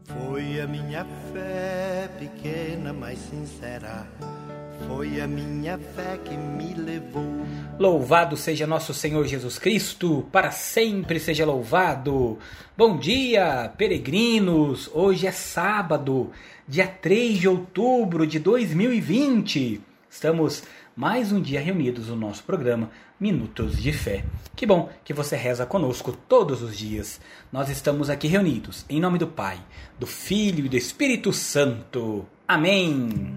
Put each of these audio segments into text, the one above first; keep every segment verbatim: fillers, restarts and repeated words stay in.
Foi a minha fé pequena, mas sincera, foi a minha fé que me levou. Louvado seja nosso Senhor Jesus Cristo, para sempre seja louvado. Bom dia, peregrinos! Hoje é sábado, dia três de outubro de dois mil e vinte. Estamos mais um dia reunidos no nosso programa Minutos de Fé. Que bom que você reza conosco todos os dias. Nós estamos aqui reunidos em nome do Pai, do Filho e do Espírito Santo. Amém!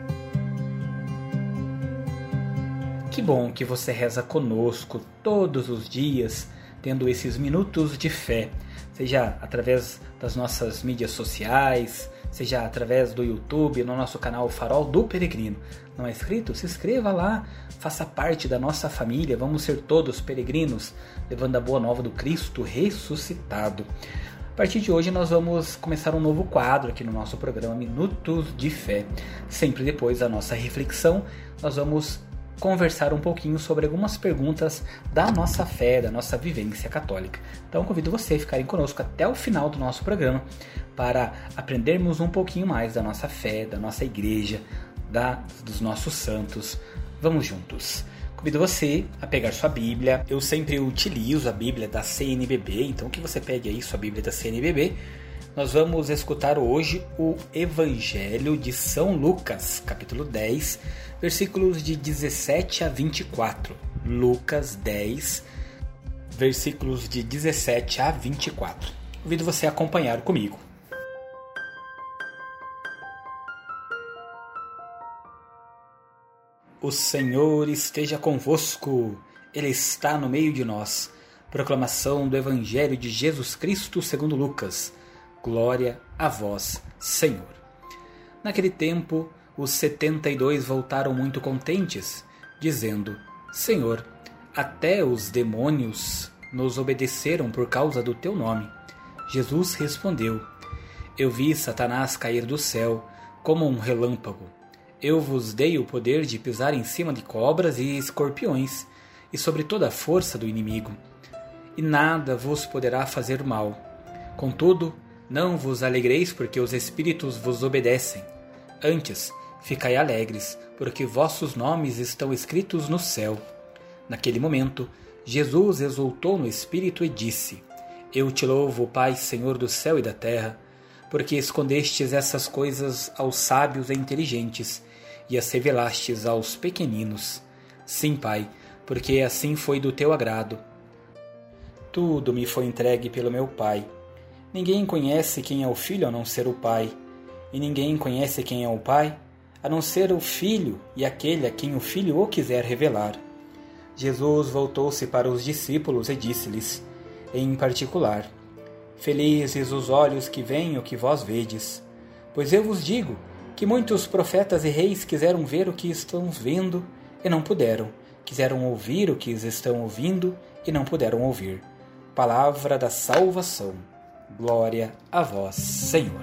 Que bom que você reza conosco todos os dias, tendo esses minutos de fé, seja através das nossas mídias sociais, seja através do YouTube, no nosso canal Farol do Peregrino. Não é inscrito? Se inscreva lá, faça parte da nossa família, vamos ser todos peregrinos, levando a boa nova do Cristo ressuscitado. A partir de hoje nós vamos começar um novo quadro aqui no nosso programa Minutos de Fé. Sempre depois da nossa reflexão, nós vamos conversar um pouquinho sobre algumas perguntas da nossa fé, da nossa vivência católica. Então convido você a ficarem conosco até o final do nosso programa para aprendermos um pouquinho mais da nossa fé, da nossa igreja, da, dos nossos santos. Vamos juntos. Convido você a pegar sua Bíblia. Eu sempre utilizo a Bíblia da C N B B, então que você pegue aí sua Bíblia da C N B B. Nós vamos escutar hoje o Evangelho de São Lucas, capítulo dez, versículos de dezessete a vinte e quatro. Lucas dez, versículos de dezessete a vinte e quatro. Convido você a acompanhar comigo. O Senhor esteja convosco, Ele está no meio de nós. Proclamação do Evangelho de Jesus Cristo segundo Lucas. Glória a vós, Senhor. Naquele tempo, os setenta e dois voltaram muito contentes, dizendo: Senhor, até os demônios nos obedeceram por causa do teu nome. Jesus respondeu: Eu vi Satanás cair do céu como um relâmpago. Eu vos dei o poder de pisar em cima de cobras e escorpiões, e sobre toda a força do inimigo, e nada vos poderá fazer mal. Contudo, não vos alegreis porque os espíritos vos obedecem. Antes, ficai alegres, porque vossos nomes estão escritos no céu. Naquele momento, Jesus exultou no espírito e disse: Eu te louvo, Pai, Senhor do céu e da terra, porque escondestes essas coisas aos sábios e inteligentes e as revelastes aos pequeninos. Sim, Pai, porque assim foi do teu agrado. Tudo me foi entregue pelo meu Pai. Ninguém conhece quem é o Filho a não ser o Pai, e ninguém conhece quem é o Pai a não ser o Filho e aquele a quem o Filho o quiser revelar. Jesus voltou-se para os discípulos e disse-lhes, em particular: Felizes os olhos que veem o que vós vedes, pois eu vos digo que muitos profetas e reis quiseram ver o que estão vendo e não puderam, quiseram ouvir o que estão ouvindo e não puderam ouvir. Palavra da salvação. Glória a vós, Senhor.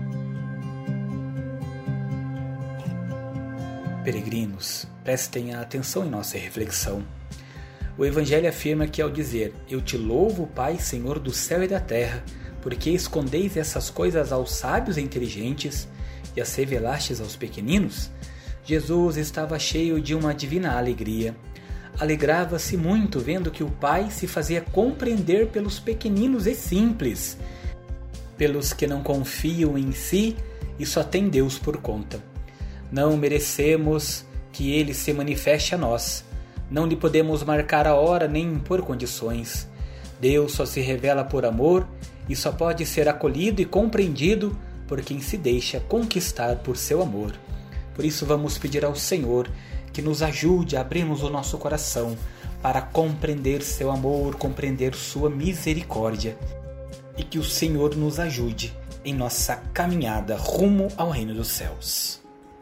Peregrinos, prestem atenção em nossa reflexão. O Evangelho afirma que ao dizer: Eu te louvo, Pai, Senhor do céu e da terra, porque escondeis essas coisas aos sábios e inteligentes e as revelastes aos pequeninos, Jesus estava cheio de uma divina alegria. Alegrava-se muito vendo que o Pai se fazia compreender pelos pequeninos e simples, pelos que não confiam em si e só têm Deus por conta. Não merecemos que Ele se manifeste a nós. Não lhe podemos marcar a hora nem impor condições. Deus só se revela por amor e só pode ser acolhido e compreendido por quem se deixa conquistar por seu amor. Por isso vamos pedir ao Senhor que nos ajude a abrirmos o nosso coração para compreender seu amor, compreender sua misericórdia, e que o Senhor nos ajude em nossa caminhada rumo ao reino dos céus.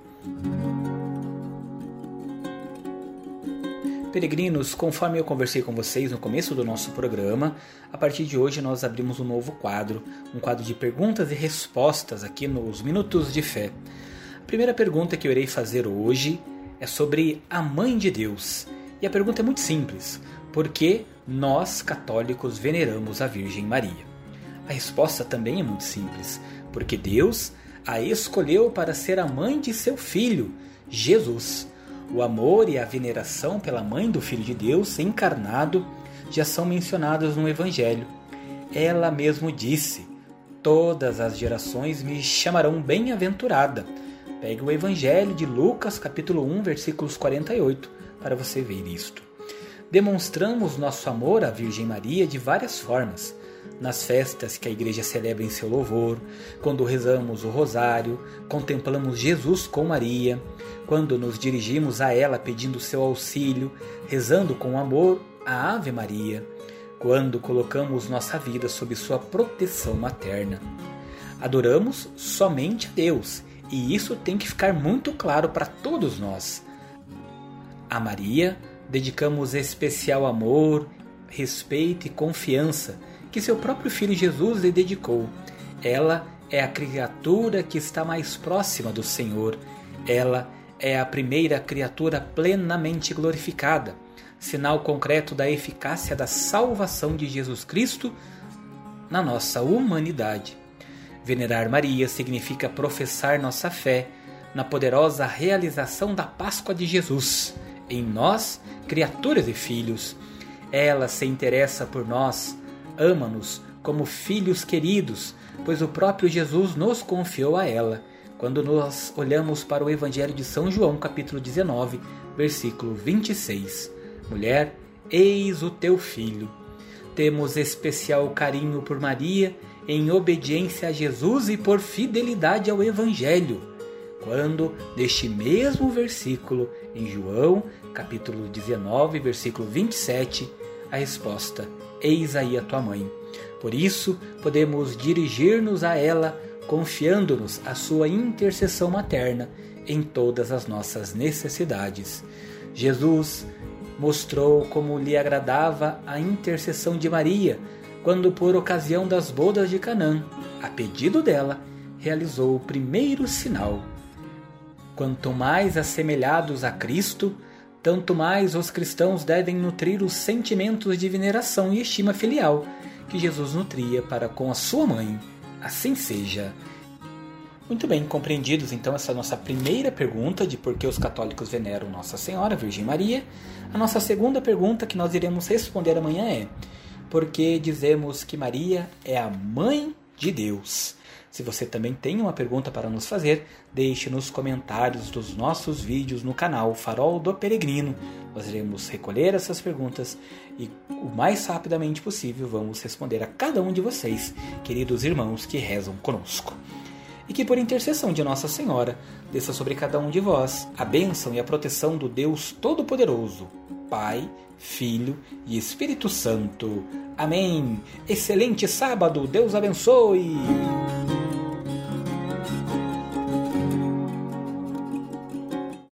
Peregrinos, conforme eu conversei com vocês no começo do nosso programa, a partir de hoje nós abrimos um novo quadro, um quadro de perguntas e respostas aqui nos Minutos de Fé. A primeira pergunta que eu irei fazer hoje é sobre a Mãe de Deus. E a pergunta é muito simples: por que nós, católicos, veneramos a Virgem Maria? A resposta também é muito simples, porque Deus a escolheu para ser a mãe de seu Filho, Jesus. O amor e a veneração pela mãe do Filho de Deus encarnado já são mencionados no Evangelho. Ela mesmo disse: todas as gerações me chamarão bem-aventurada. Pegue o Evangelho de Lucas, capítulo um, versículos quarenta e oito, para você ver isto. Demonstramos nosso amor à Virgem Maria de várias formas. Nas festas que a Igreja celebra em seu louvor, quando rezamos o rosário, contemplamos Jesus com Maria, quando nos dirigimos a ela pedindo seu auxílio, rezando com amor a Ave Maria, quando colocamos nossa vida sob sua proteção materna. Adoramos somente a Deus, e isso tem que ficar muito claro para todos nós. A Maria dedicamos especial amor, respeito e confiança que seu próprio Filho Jesus lhe dedicou. Ela é a criatura que está mais próxima do Senhor. Ela é a primeira criatura plenamente glorificada, sinal concreto da eficácia da salvação de Jesus Cristo na nossa humanidade. Venerar Maria significa professar nossa fé na poderosa realização da Páscoa de Jesus, em nós, criaturas e filhos. Ela se interessa por nós, ama-nos como filhos queridos, pois o próprio Jesus nos confiou a ela, quando nós olhamos para o Evangelho de São João, capítulo dezenove, versículo vinte e seis. Mulher, eis o teu filho. Temos especial carinho por Maria em obediência a Jesus e por fidelidade ao Evangelho, quando, neste mesmo versículo, em João, capítulo dezenove, versículo vinte e sete, a resposta: eis aí a tua mãe. Por isso, podemos dirigir-nos a ela, confiando-nos a sua intercessão materna em todas as nossas necessidades. Jesus mostrou como lhe agradava a intercessão de Maria, quando, por ocasião das bodas de Canaã, a pedido dela, realizou o primeiro sinal. Quanto mais assemelhados a Cristo, tanto mais os cristãos devem nutrir os sentimentos de veneração e estima filial que Jesus nutria para com a sua mãe. Assim seja. Muito bem, compreendidos então essa nossa primeira pergunta de por que os católicos veneram Nossa Senhora, Virgem Maria. A nossa segunda pergunta que nós iremos responder amanhã é: por que dizemos que Maria é a Mãe de Deus? Se você também tem uma pergunta para nos fazer, deixe nos comentários dos nossos vídeos no canal Farol do Peregrino. Nós iremos recolher essas perguntas e, o mais rapidamente possível, vamos responder a cada um de vocês, queridos irmãos que rezam conosco. E que, por intercessão de Nossa Senhora, desça sobre cada um de vós a bênção e a proteção do Deus Todo-Poderoso, Pai, Filho e Espírito Santo. Amém. Excelente sábado. Deus abençoe.